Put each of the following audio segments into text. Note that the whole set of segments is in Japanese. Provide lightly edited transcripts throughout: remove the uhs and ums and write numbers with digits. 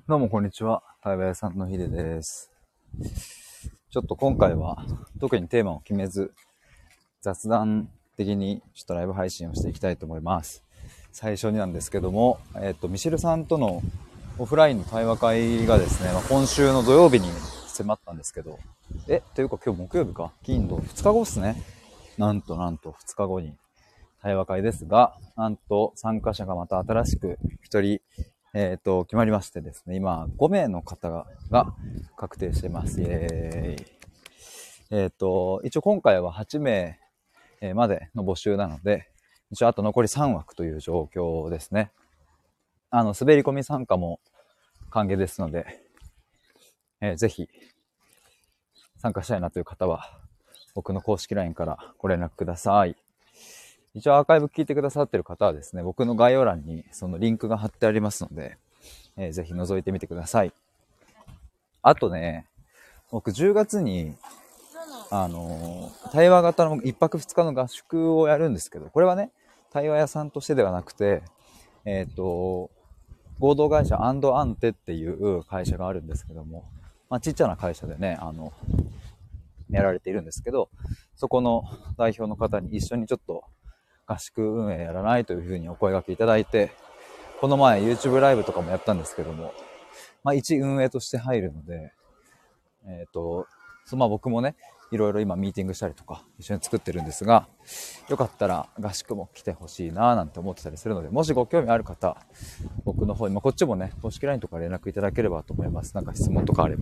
どうもこんにちは。対話屋さんのヒデです。ちょっと今回は特にテーマを決めず、雑談的にちょっとライブ配信をしていきたいと思います。最初になんですけども、ミシェルさんとのオフラインの対話会がですね、今週の土曜日に迫ったんですけど、というか今日木曜日か、金土2日後っすね。なんと2日後に対話会ですが、なんと参加者がまた新しく一人決まりましてですね、今5名の方が確定してます。イエーイ。一応今回は8名までの募集なので、一応あと残り3枠という状況ですね。滑り込み参加も歓迎ですので、ぜひ参加したいなという方は、僕の公式 LINE からご連絡ください。一応アーカイブ聞いてくださっている方はですね、僕の概要欄にそのリンクが貼ってありますので、ぜひ覗いてみてください。あとね、僕10月に、対話型の1泊2日の合宿をやるんですけど、これはね、対話屋さんとしてではなくて、合同会社アンテっていう会社があるんですけども、ちっちゃな会社でね、やられているんですけど、そこの代表の方に一緒にちょっと合宿運営やらないというふうにお声掛けいただいて、この前 YouTube ライブとかもやったんですけども、一運営として入るので、僕もね、いろいろ今ミーティングしたりとか一緒に作ってるんですが、よかったら合宿も来てほしいななんて思ってたりするので、もしご興味ある方、僕の方に、こっちもね、公式 LINE とか連絡いただければと思います。なんか質問とかあれば。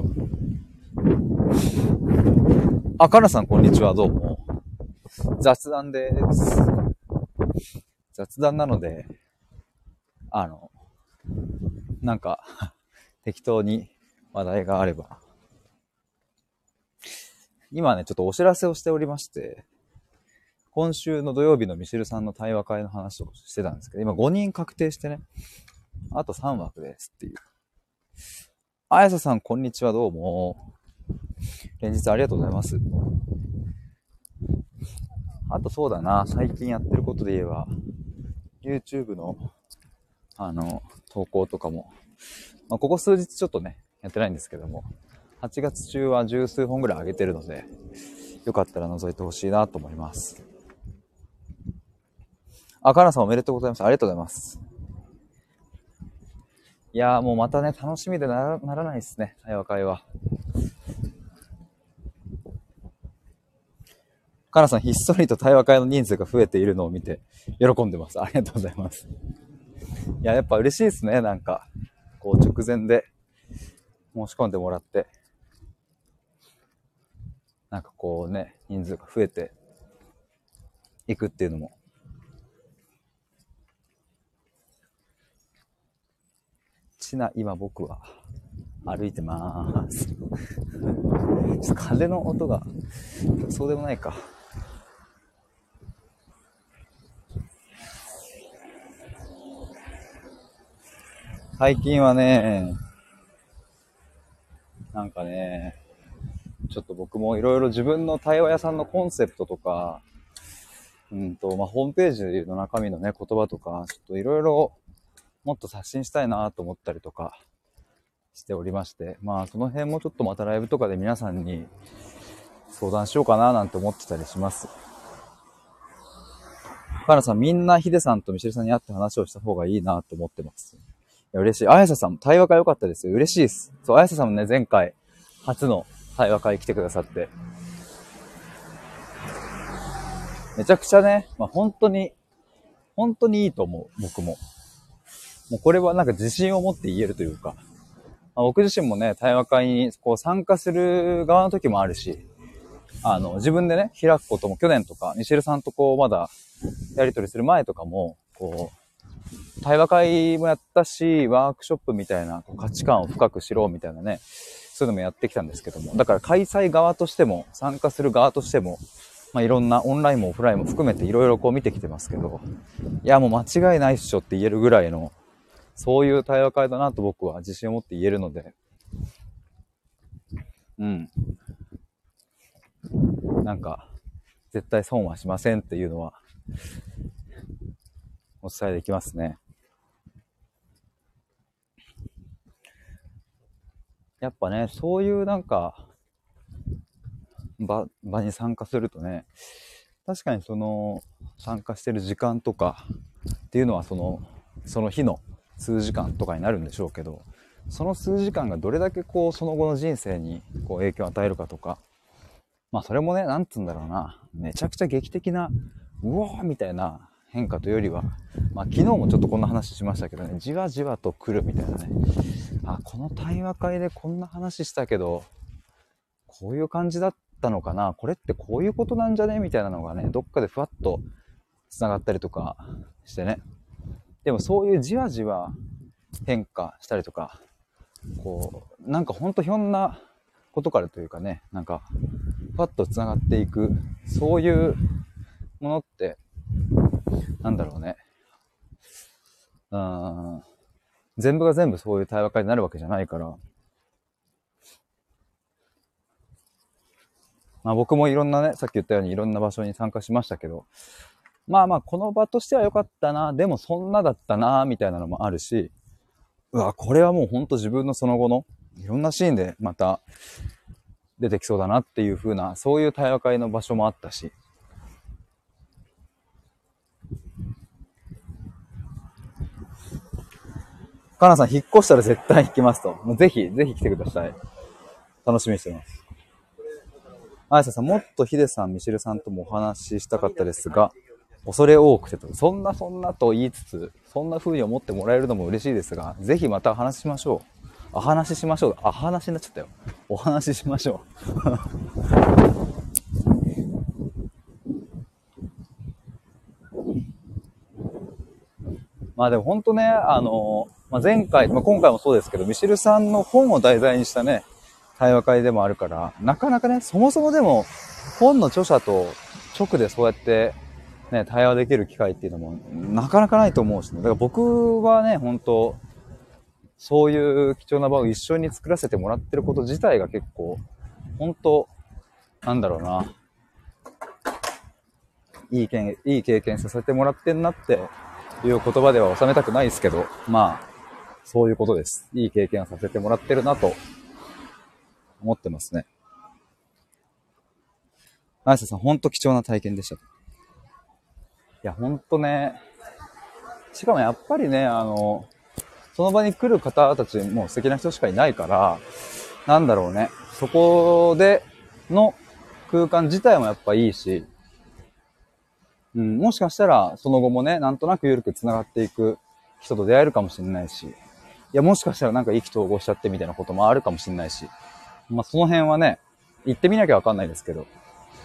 カナさんこんにちは、どうも。雑談です。雑談なので、なんか適当に話題があれば。今ね、ちょっとお知らせをしておりまして、今週の土曜日のミシェルさんの対話会の話をしてたんですけど、今5人確定してね、あと3枠ですっていう。あやささんこんにちは、どうも。連日ありがとうございます。あとそうだな、最近やってることで言えば、YouTube の投稿とかも、ここ数日ちょっとね、やってないんですけども、8月中は十数本ぐらい上げてるので、よかったら覗いてほしいなと思います。カナさんおめでとうございます。ありがとうございます。いやーもうまたね、楽しみでならないですね、対話会は。カナさんひっそりと対話会の人数が増えているのを見て喜んでます。ありがとうございます。いや、やっぱ嬉しいですね、なんか。こう直前で申し込んでもらって、なんかこうね、人数が増えていくっていうのも。今僕は歩いてまーす。ちょっと風の音が、そうでもないか。最近はね、なんかね、ちょっと僕もいろいろ自分の対話屋さんのコンセプトとか、ホームページの中身のね、言葉とか、ちょっといろいろもっと刷新したいなと思ったりとかしておりまして、その辺もちょっとまたライブとかで皆さんに相談しようかななんて思ってたりします。カナさん、みんなヒデさんとミシェルさんに会って話をした方がいいなと思ってます。いや、嬉しい。あやささん、対話会良かったですよ。嬉しいです。そう、あやささんもね、前回、初の対話会来てくださって。めちゃくちゃね、本当にいいと思う、僕も。もうこれはなんか自信を持って言えるというか、僕自身もね、対話会にこう参加する側の時もあるし、自分でね、開くことも去年とか、ミシェルさんとこう、まだ、やり取りする前とかも、こう、対話会もやったし、ワークショップみたいな価値観を深く知ろうみたいなね、そういうのもやってきたんですけども、だから開催側としても、参加する側としても、いろんなオンラインもオフラインも含めていろいろこう見てきてますけど、いやもう間違いないっしょって言えるぐらいの、そういう対話会だなと僕は自信を持って言えるので、なんか、絶対損はしませんっていうのは、お伝えできますね。 やっぱね、そういうなんか、場に参加するとね、確かにその、参加してる時間とかっていうのはその日の数時間とかになるんでしょうけど、その数時間がどれだけこう、その後の人生にこう影響を与えるかとか、まあそれもね、なんつうんだろうな、めちゃくちゃ劇的な、うおーみたいな変化というよりは、まあ昨日もちょっとこんな話しましたけどね、じわじわと来るみたいなね。あ、この対話会でこんな話したけど、こういう感じだったのかな、これってこういうことなんじゃねみたいなのがね、どっかでふわっと繋がったりとかしてね。でもそういうじわじわ変化したりとか、こう、なんかほんとひょんなことからというかね、なんか、ふわっと繋がっていく、そういうものって、なんだろうね。うーん、全部が全部そういう対話会になるわけじゃないから、まあ僕もいろんなね、さっき言ったようにいろんな場所に参加しましたけど、まあまあこの場としては良かったな、でもそんなだったな、みたいなのもあるし、うわ、これはもうほんと自分のその後のいろんなシーンでまた出てきそうだなっていう風な、そういう対話会の場所もあったし、かなさん引っ越したら絶対行きますと。もうぜひ、ぜひ来てください。楽しみにしてます。あやささん、もっとヒデさん、ミシェルさんともお話ししたかったですが、恐れ多くてと、そんなと言いつつ、そんな風に思ってもらえるのも嬉しいですが、ぜひまた話しましょう。話しましょう。話になっちゃったよ。お話ししましょう。まあでも本当ね、まあ、前回、まあ、今回もそうですけど、ミシェルさんの本を題材にしたね、対話会でもあるから、なかなかね、そもそもでも、本の著者と直でそうやってね、対話できる機会っていうのもなかなかないと思うしね。だから僕はね、本当そういう貴重な場を一緒に作らせてもらってること自体が結構、本当なんだろうな、いい経験させてもらってんなっていう言葉では収めたくないですけど、まあ、そういうことです。いい経験をさせてもらってるなと思ってますね。綾瀬さん、本当貴重な体験でした。いや、本当ね、しかもやっぱりね、その場に来る方たちも素敵な人しかいないから、なんだろうね。そこでの空間自体もやっぱいいし、うん、もしかしたらその後もね、なんとなく緩く繋がっていく人と出会えるかもしれないし、いや、もしかしたらなんか意気投合しちゃってみたいなこともあるかもしれないし、まあその辺はね、行ってみなきゃわかんないですけど、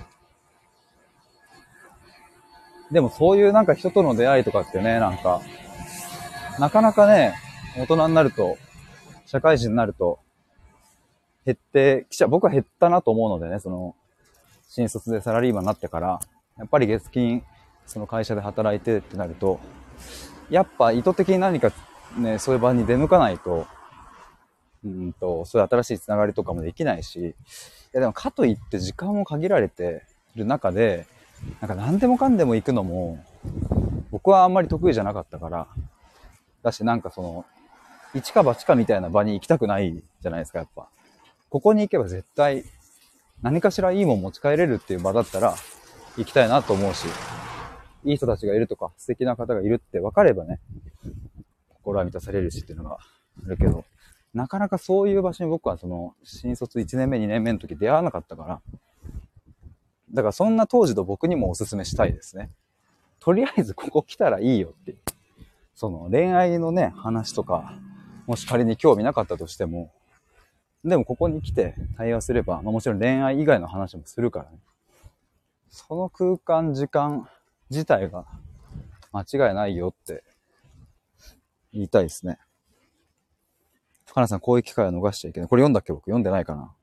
でもそういうなんか人との出会いとかってね、なんか、なかなかね、大人になると、社会人になると、減ってきちゃう。僕は減ったなと思うのでね、新卒でサラリーマンになってから、やっぱり月金、その会社で働いてってなると、やっぱ意図的に何かね、そういう場に出向かないと、そういう新しいつながりとかもできないし、いやでもかといって時間も限られてる中で、なんか何でもかんでも行くのも、僕はあんまり得意じゃなかったから、だしなんか一か八かみたいな場に行きたくないじゃないですか、やっぱ。ここに行けば絶対何かしらいいもん持ち帰れるっていう場だったら行きたいなと思うし、いい人たちがいるとか素敵な方がいるって分かればね、心は満たされるしっていうのがあるけど、なかなかそういう場所に僕は新卒1年目、2年目の時出会わなかったから、だからそんな当時の僕にもおすすめしたいですね。とりあえずここ来たらいいよって。恋愛のね、話とか、もし仮に興味なかったとしても、でもここに来て対話すれば、まあ、もちろん恋愛以外の話もするからね。その空間、時間自体が間違いないよって言いたいですね。深田さん、こういう機会は逃しちゃいけない。これ読んだっけ僕読んでないかな。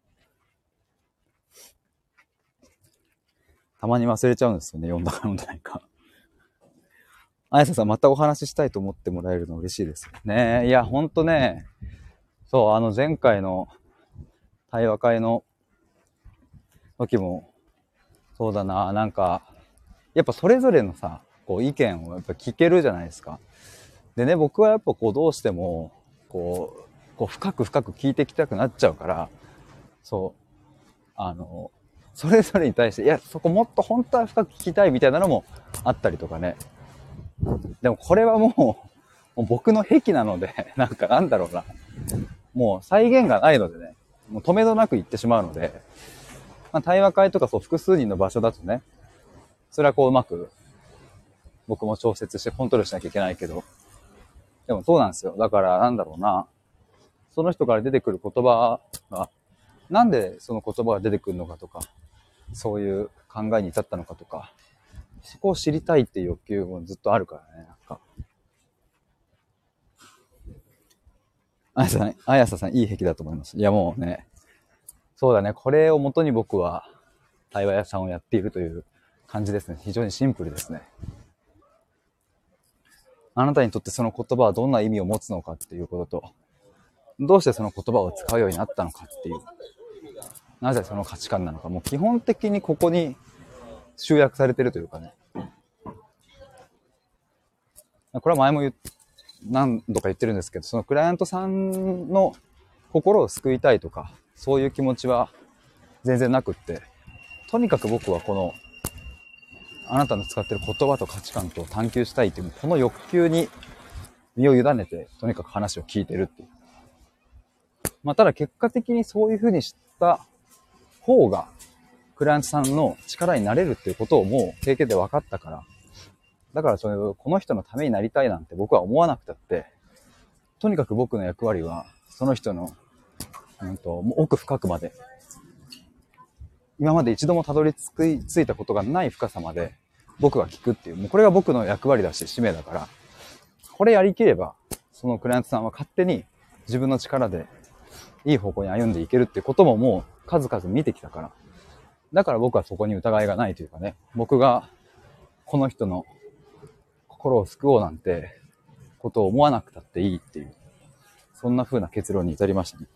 たまに忘れちゃうんですよね。読んだか読んでないか。あやささん、またお話ししたいと思ってもらえるの嬉しいです。ねえ、いや、ほんとね、そう、前回の対話会の時も、そうだな、なんか、やっぱそれぞれのさ、こう意見をやっぱ聞けるじゃないですか。でね、僕はやっぱどうしても、 こう深く深く聞いていきたくなっちゃうから、それぞれに対して、いや、そこもっと本当は深く聞きたいみたいなのもあったりとかね。でもこれはもう僕の癖なので、なんだろうな。もう再現がないのでね、もう止めどなく言ってしまうので、対話会とか複数人の場所だとね、それはうまく僕も調節してコントロールしなきゃいけないけど、でもそうなんですよ。だからなんだろうな。その人から出てくる言葉が、なんでその言葉が出てくるのかとか、そういう考えに至ったのかとか、そこを知りたいっていう欲求もずっとあるからね、あやささん、いい癖だと思います。いやもうね、そうだね、これを元に僕は対話屋さんをやっているという感じですね。非常にシンプルですね。あなたにとってその言葉はどんな意味を持つのかっていうことと、どうしてその言葉を使うようになったのかっていう、なぜその価値観なのか、もう基本的にここに集約されてるというかね。これは前も何度か言ってるんですけど、そのクライアントさんの心を救いたいとか、そういう気持ちは全然なくって、とにかく僕はこのあなたの使ってる言葉と価値観と探求したいという、この欲求に身を委ねて、とにかく話を聞いてるっていう。ただ結果的にそういう風にした方が、クライアントさんの力になれるっていうことをもう経験で分かったから、だからこの人のためになりたいなんて僕は思わなくたって、とにかく僕の役割は、その人の、奥深くまで、今まで一度もたどり着いたことがない深さまで僕が聞くっていう、もうこれが僕の役割だし使命だから、これやりきれば、そのクライアントさんは勝手に自分の力でいい方向に歩んでいけるってことももう数々見てきたから。だから僕はそこに疑いがないというかね、僕がこの人の心を救おうなんてことを思わなくたっていいっていう、そんな風な結論に至りましたね。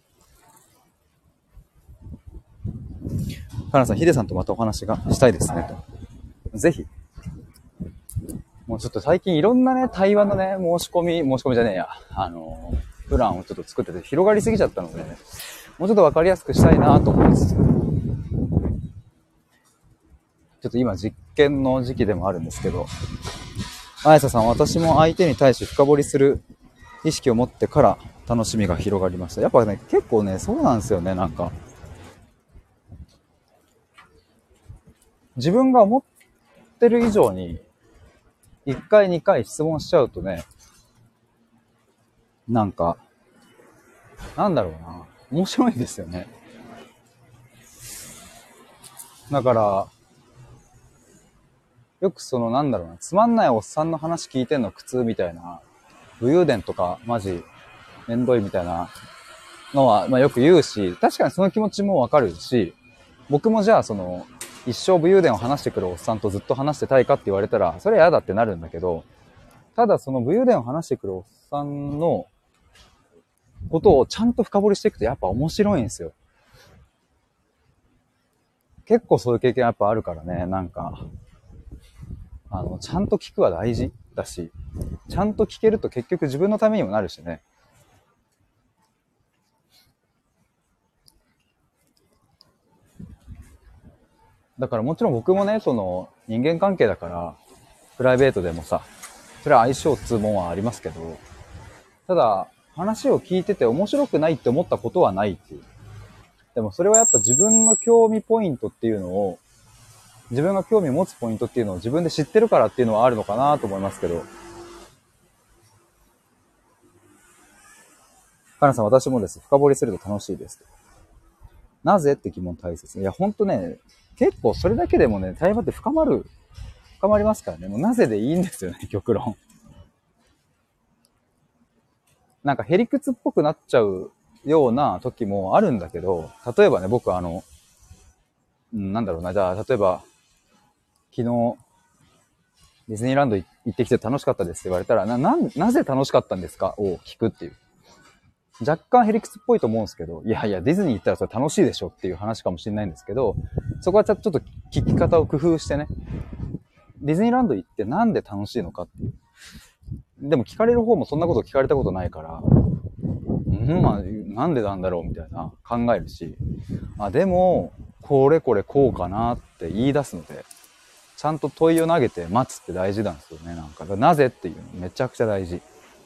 カナさん、ヒデさんとまたお話がしたいですねと。ぜひ。もうちょっと最近いろんなね、対話のね、申し込みじゃねえや。プランをちょっと作ってて広がりすぎちゃったので、もうちょっとわかりやすくしたいなと思いつつ、ちょっと今実験の時期でもあるんですけど、あやささん、私も相手に対して深掘りする意識を持ってから楽しみが広がりました。やっぱね、結構ね、そうなんですよね、自分が思ってる以上に、1回2回質問しちゃうとね、なんだろうな、面白いんですよね。だから、よくつまんないおっさんの話聞いてんの苦痛みたいな、武勇伝とかマジめんどいみたいなのは、よく言うし、確かにその気持ちもわかるし、僕もじゃあ一生武勇伝を話してくるおっさんとずっと話してたいかって言われたら、それは嫌だってなるんだけど、ただその武勇伝を話してくるおっさんのことをちゃんと深掘りしていくとやっぱ面白いんですよ。結構そういう経験やっぱあるからね、ちゃんと聞くは大事だし、ちゃんと聞けると結局自分のためにもなるしね。だからもちろん僕もね、人間関係だから、プライベートでもさ、それは相性っつうもんはありますけど、ただ、話を聞いてて面白くないって思ったことはないっていう。でもそれはやっぱ自分の興味ポイントっていうのを、自分が興味持つポイントっていうのを自分で知ってるからっていうのはあるのかなと思いますけど。カナさん、私もです。深掘りすると楽しいです。なぜって疑問大切。いや、ほんとね、結構それだけでもね、対話って深まりますからね。もうなぜでいいんですよね、極論。へりくつっぽくなっちゃうような時もあるんだけど、例えばね、僕じゃあ、例えば、昨日、ディズニーランド行ってきて楽しかったですって言われたら、なぜ楽しかったんですかを聞くっていう。若干ヘリクツっぽいと思うんですけど、いやいや、ディズニー行ったらそれ楽しいでしょっていう話かもしれないんですけど、そこはちょっと聞き方を工夫してね、ディズニーランド行ってなんで楽しいのかっていう。でも聞かれる方もそんなこと聞かれたことないから、 まあ、なんでなんだろうみたいな考えるし、あ、でも、これこれこうかなって言い出すので、ちゃんと問いを投げて待つって大事なんですよね、なんか。だからなぜっていうのめちゃくちゃ大事。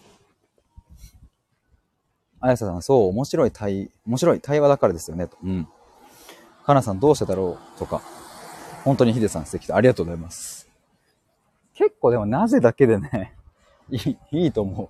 あやささん、そう、面白い対話だからですよね、と。うん。かなさんどうしてだろうとか、本当にヒデさん素敵でありがとうございます。結構でもなぜだけでね、いいと思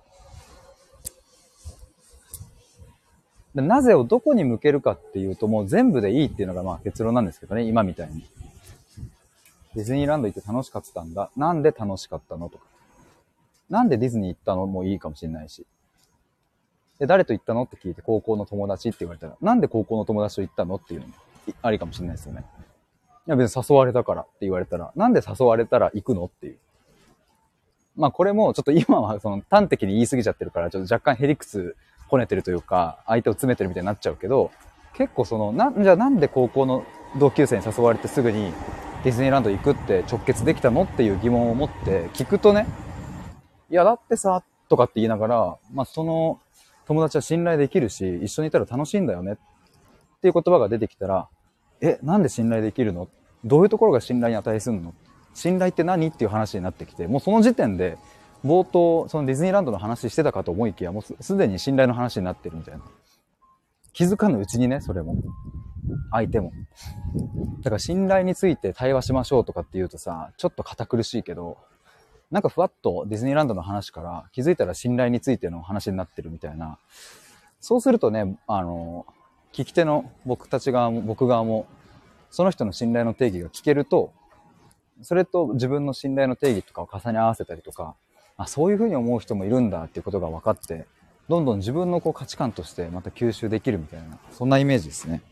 う。なぜをどこに向けるかっていうと、もう全部でいいっていうのがまあ結論なんですけどね、今みたいに。ディズニーランド行って楽しかったんだ。なんで楽しかったのとか。なんでディズニー行ったのもいいかもしれないし。で、誰と行ったのって聞いて、高校の友達って言われたら、なんで高校の友達と行ったのっていうのもありかもしれないですよね。いや別に誘われたからって言われたら、なんで誘われたら行くのっていう。まあこれもちょっと今はその端的に言い過ぎちゃってるから、ちょっと若干へりくつこねてるというか、相手を詰めてるみたいになっちゃうけど、結構その、じゃあなんで高校の同級生に誘われてすぐにディズニーランド行くって直結できたのっていう疑問を持って聞くとね、いやだってさ、とかって言いながら、まあその友達は信頼できるし、一緒にいたら楽しいんだよねっていう言葉が出てきたら、なんで信頼できるの？どういうところが信頼に値するの？信頼って何っていう話になってきて、もうその時点で、冒頭、そのディズニーランドの話してたかと思いきや、もうすでに信頼の話になってるみたいな。気づかぬうちにね、それも。相手も。だから信頼について対話しましょうとかって言うとさ、ちょっと堅苦しいけど、なんかふわっとディズニーランドの話から気づいたら信頼についての話になってるみたいな。そうするとね、聞き手の僕側も、その人の信頼の定義が聞けると、それと自分の信頼の定義とかを重ね合わせたりとか、あ、そういうふうに思う人もいるんだっていうことが分かって、どんどん自分のこう価値観としてまた吸収できるみたいな、そんなイメージですね。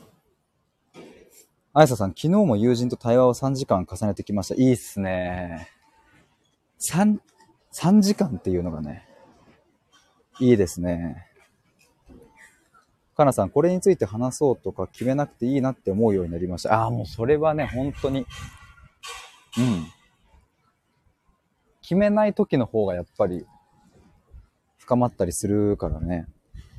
あやささん、昨日も友人と対話を3時間重ねてきました。いいっすね。3時間っていうのがね、いいですね。かなさん、これについて話そうとか決めなくていいなって思うようになりました。ああ、もうそれはね、本当に、うん。決めない時の方がやっぱり深まったりするからね。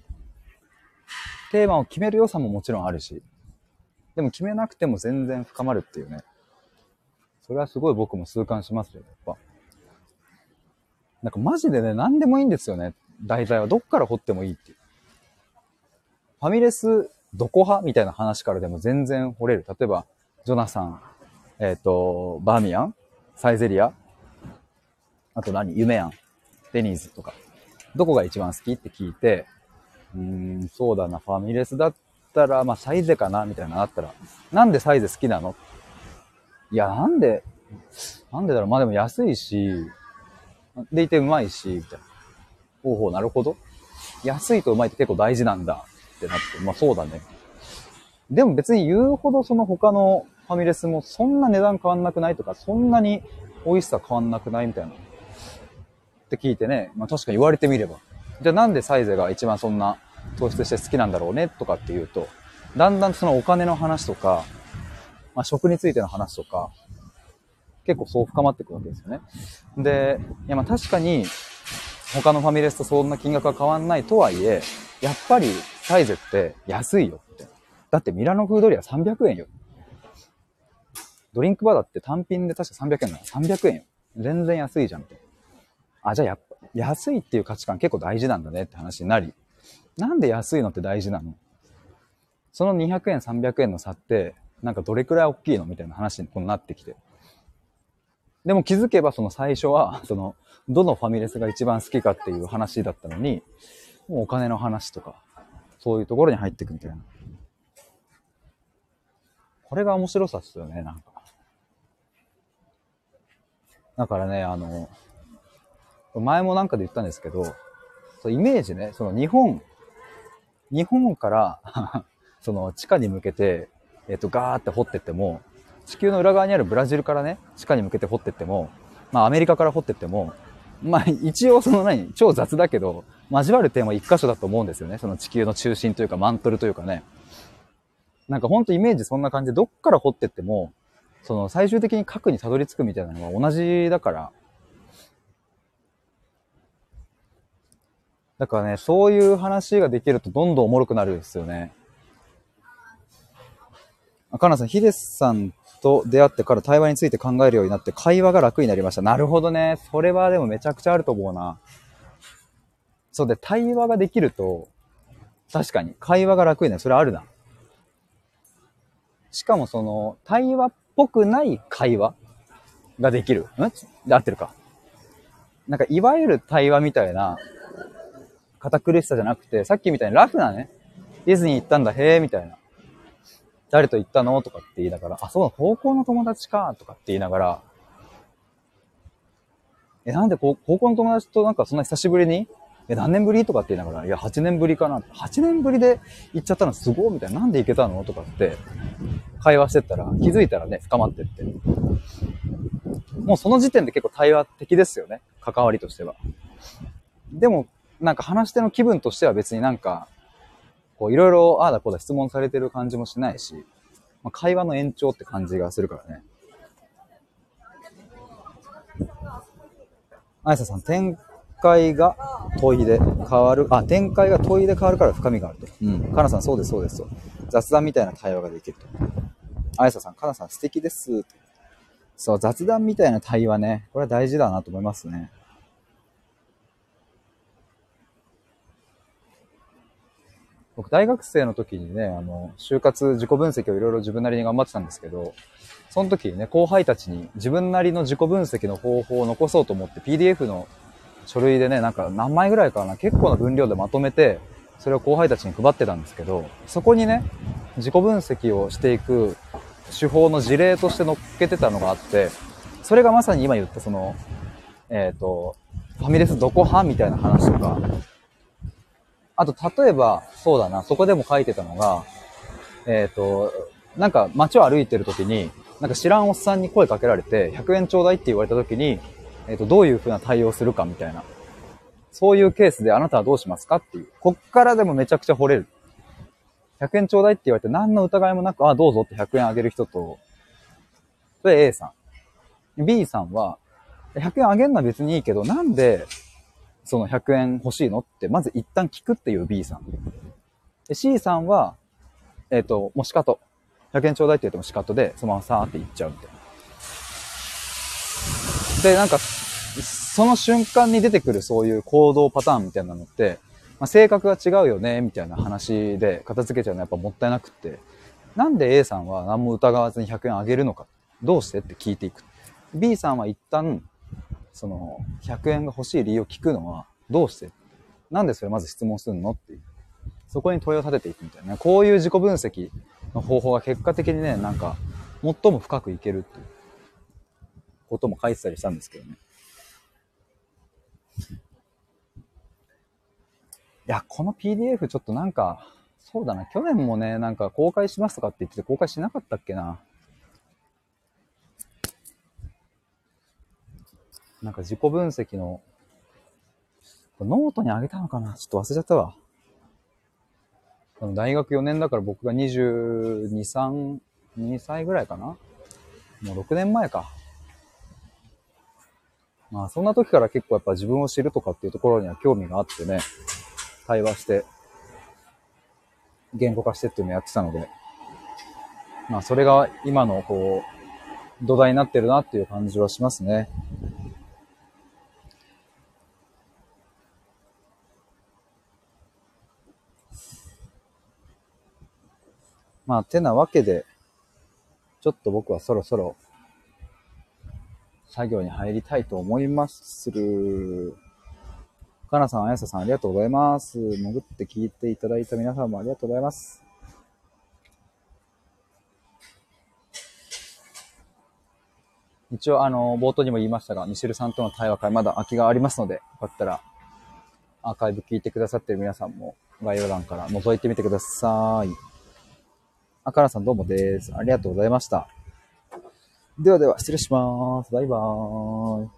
テーマを決める良さももちろんあるし、でも決めなくても全然深まるっていうね。それはすごい僕も痛感しますよ、やっぱ。なんかマジでね、何でもいいんですよね。題材はどっから掘ってもいいっていう。ファミレスどこ派みたいな話からでも全然掘れる。例えば、ジョナサン、バーミヤン、サイゼリア、あと夢やん、デニーズとか。どこが一番好きって聞いて、そうだな、ファミレスだったら、まあ、サイゼかなみたいなのあったら、なんでサイゼ好きなの？いや、なんでだろう、まあでも安いし、でいてうまいし、みたいな。ほう、なるほど。安いとうまいって結構大事なんだってなって、まあそうだね。でも別に言うほどその他のファミレスもそんな値段変わんなくないとか、そんなに美味しさ変わんなくないみたいな。って聞いてね、まあ確かに言われてみれば。じゃあなんでサイゼが一番そんな糖質して好きなんだろうねとかっていうと、だんだんそのお金の話とか、まあ食についての話とか、結構そう深まっていくわけですよね。で、いやまあ確かに他のファミレスとそんな金額は変わんないとはいえ、やっぱりサイゼって安いよって。だってミラノ風ドリア300円よ。ドリンクバーだって単品で確か300円だ。300円よ。全然安いじゃんって。あ、じゃあやっぱ安いっていう価値観結構大事なんだねって話になり、なんで安いのって大事なの？その200円、300円の差って、なんかどれくらい大きいのみたいな話になってきて。でも気づけばその最初は、どのファミレスが一番好きかっていう話だったのに、もうお金の話とか、そういうところに入っていくみたいな。これが面白さっすよね、なんか。だからね、前もなんかで言ったんですけど、イメージね、日本からその地下に向けて、ガーって掘ってっても、地球の裏側にあるブラジルからね、地下に向けて掘ってっても、まあアメリカから掘ってっても、まあ一応超雑だけど、交わる点は一箇所だと思うんですよね。その地球の中心というかマントルというかね。なんかほんとイメージそんな感じで、どっから掘ってっても、その最終的に核にたどり着くみたいなのは同じだから、 だからね、そういう話ができるとどんどんおもろくなるんですよね。かなさん、ヒデさんと出会ってから対話について考えるようになって会話が楽になりました。なるほどね。それはでもめちゃくちゃあると思うな。そうで、対話ができると、確かに会話が楽になる。それあるな。しかもその、対話っぽくない会話ができる。で合ってるか。なんか、いわゆる対話みたいな、堅苦しさじゃなくて、さっきみたいにラフなね、ディズニー行ったんだ、へえ、みたいな。誰と行ったのとかって言いながら、あ、そうだ、高校の友達か、とかって言いながら、なんで高校の友達となんかそんな久しぶりに何年ぶりとかって言いながら、いや、8年ぶりかな。8年ぶりで行っちゃったのすごいみたいな。なんで行けたのとかって、会話してったら、気づいたらね、深まってって。もうその時点で結構対話的ですよね。関わりとしては。でも、なんか話し手の気分としては別になんか、こういろいろああだこうだ質問されてる感じもしないし、まあ、会話の延長って感じがするからね。あやささん、展開が問いで変わる。あ、展開が問いで変わるから深みがあると。うん。かなさん、そうです、そうです。雑談みたいな対話ができると。あやささん、かなさん素敵です。そう、雑談みたいな対話ね。これは大事だなと思いますね。僕、大学生の時にね、就活自己分析をいろいろ自分なりに頑張ってたんですけど、その時にね、後輩たちに自分なりの自己分析の方法を残そうと思って PDF の書類でね、なんか何枚ぐらいかな、結構な分量でまとめて、それを後輩たちに配ってたんですけど、そこにね、自己分析をしていく手法の事例として載っけてたのがあって、それがまさに今言ったその、ファミレスどこ派みたいな話とか、あと例えば、そうだな、そこでも書いてたのが、なんか街を歩いてる時に、なんか知らんおっさんに声かけられて、100円ちょうだいって言われた時に、どういう風な対応するかみたいな。そういうケースであなたはどうしますかっていう。こっからでもめちゃくちゃ掘れる。100円ちょうだいって言われて何の疑いもなく、あ、どうぞって100円あげる人と、それ A さん。B さんは、100円あげるのは別にいいけど、なんでその100円欲しいのってまず一旦聞くっていう B さん。で C さんは、もうシカト。100円ちょうだいって言ってもシカトで、そのままさーって言っちゃうみたいな。で、なんか、その瞬間に出てくるそういう行動パターンみたいなのって、まあ、性格が違うよね、みたいな話で片付けちゃうのはやっぱもったいなくって、なんで A さんは何も疑わずに100円あげるのか、どうしてって聞いていく。B さんは一旦、その、100円が欲しい理由を聞くのは、どうしてなんでそれまず質問するのっていう。そこに問いを立てていくみたいなね。こういう自己分析の方法が結果的にね、なんか、最も深くいけるっていうことも書いてたりしたんですけどね。いや、この PDF ちょっとなんか、そうだな、去年もね、なんか公開しますとかって言ってて公開しなかったっけな。なんか自己分析の、ノートにあげたのかなちょっと忘れちゃったわ。大学4年だから僕が22、3、2歳ぐらいかな。もう6年前か。まあそんな時から結構やっぱ自分を知るとかっていうところには興味があってね、対話して、言語化してっていうのをやってたので、まあそれが今のこう、土台になってるなっていう感じはしますね。まあてなわけで、ちょっと僕はそろそろ作業に入りたいと思いまする。かなさん、あやささんありがとうございます。潜って聞いていただいた皆さんもありがとうございます。一応冒頭にも言いましたが、ミシェルさんとの対話会まだ空きがありますので、よかったらアーカイブ聞いてくださっている皆さんも概要欄から覗いてみてください。あかなさんどうもです。ありがとうございました。ではでは失礼します。バイバーイ。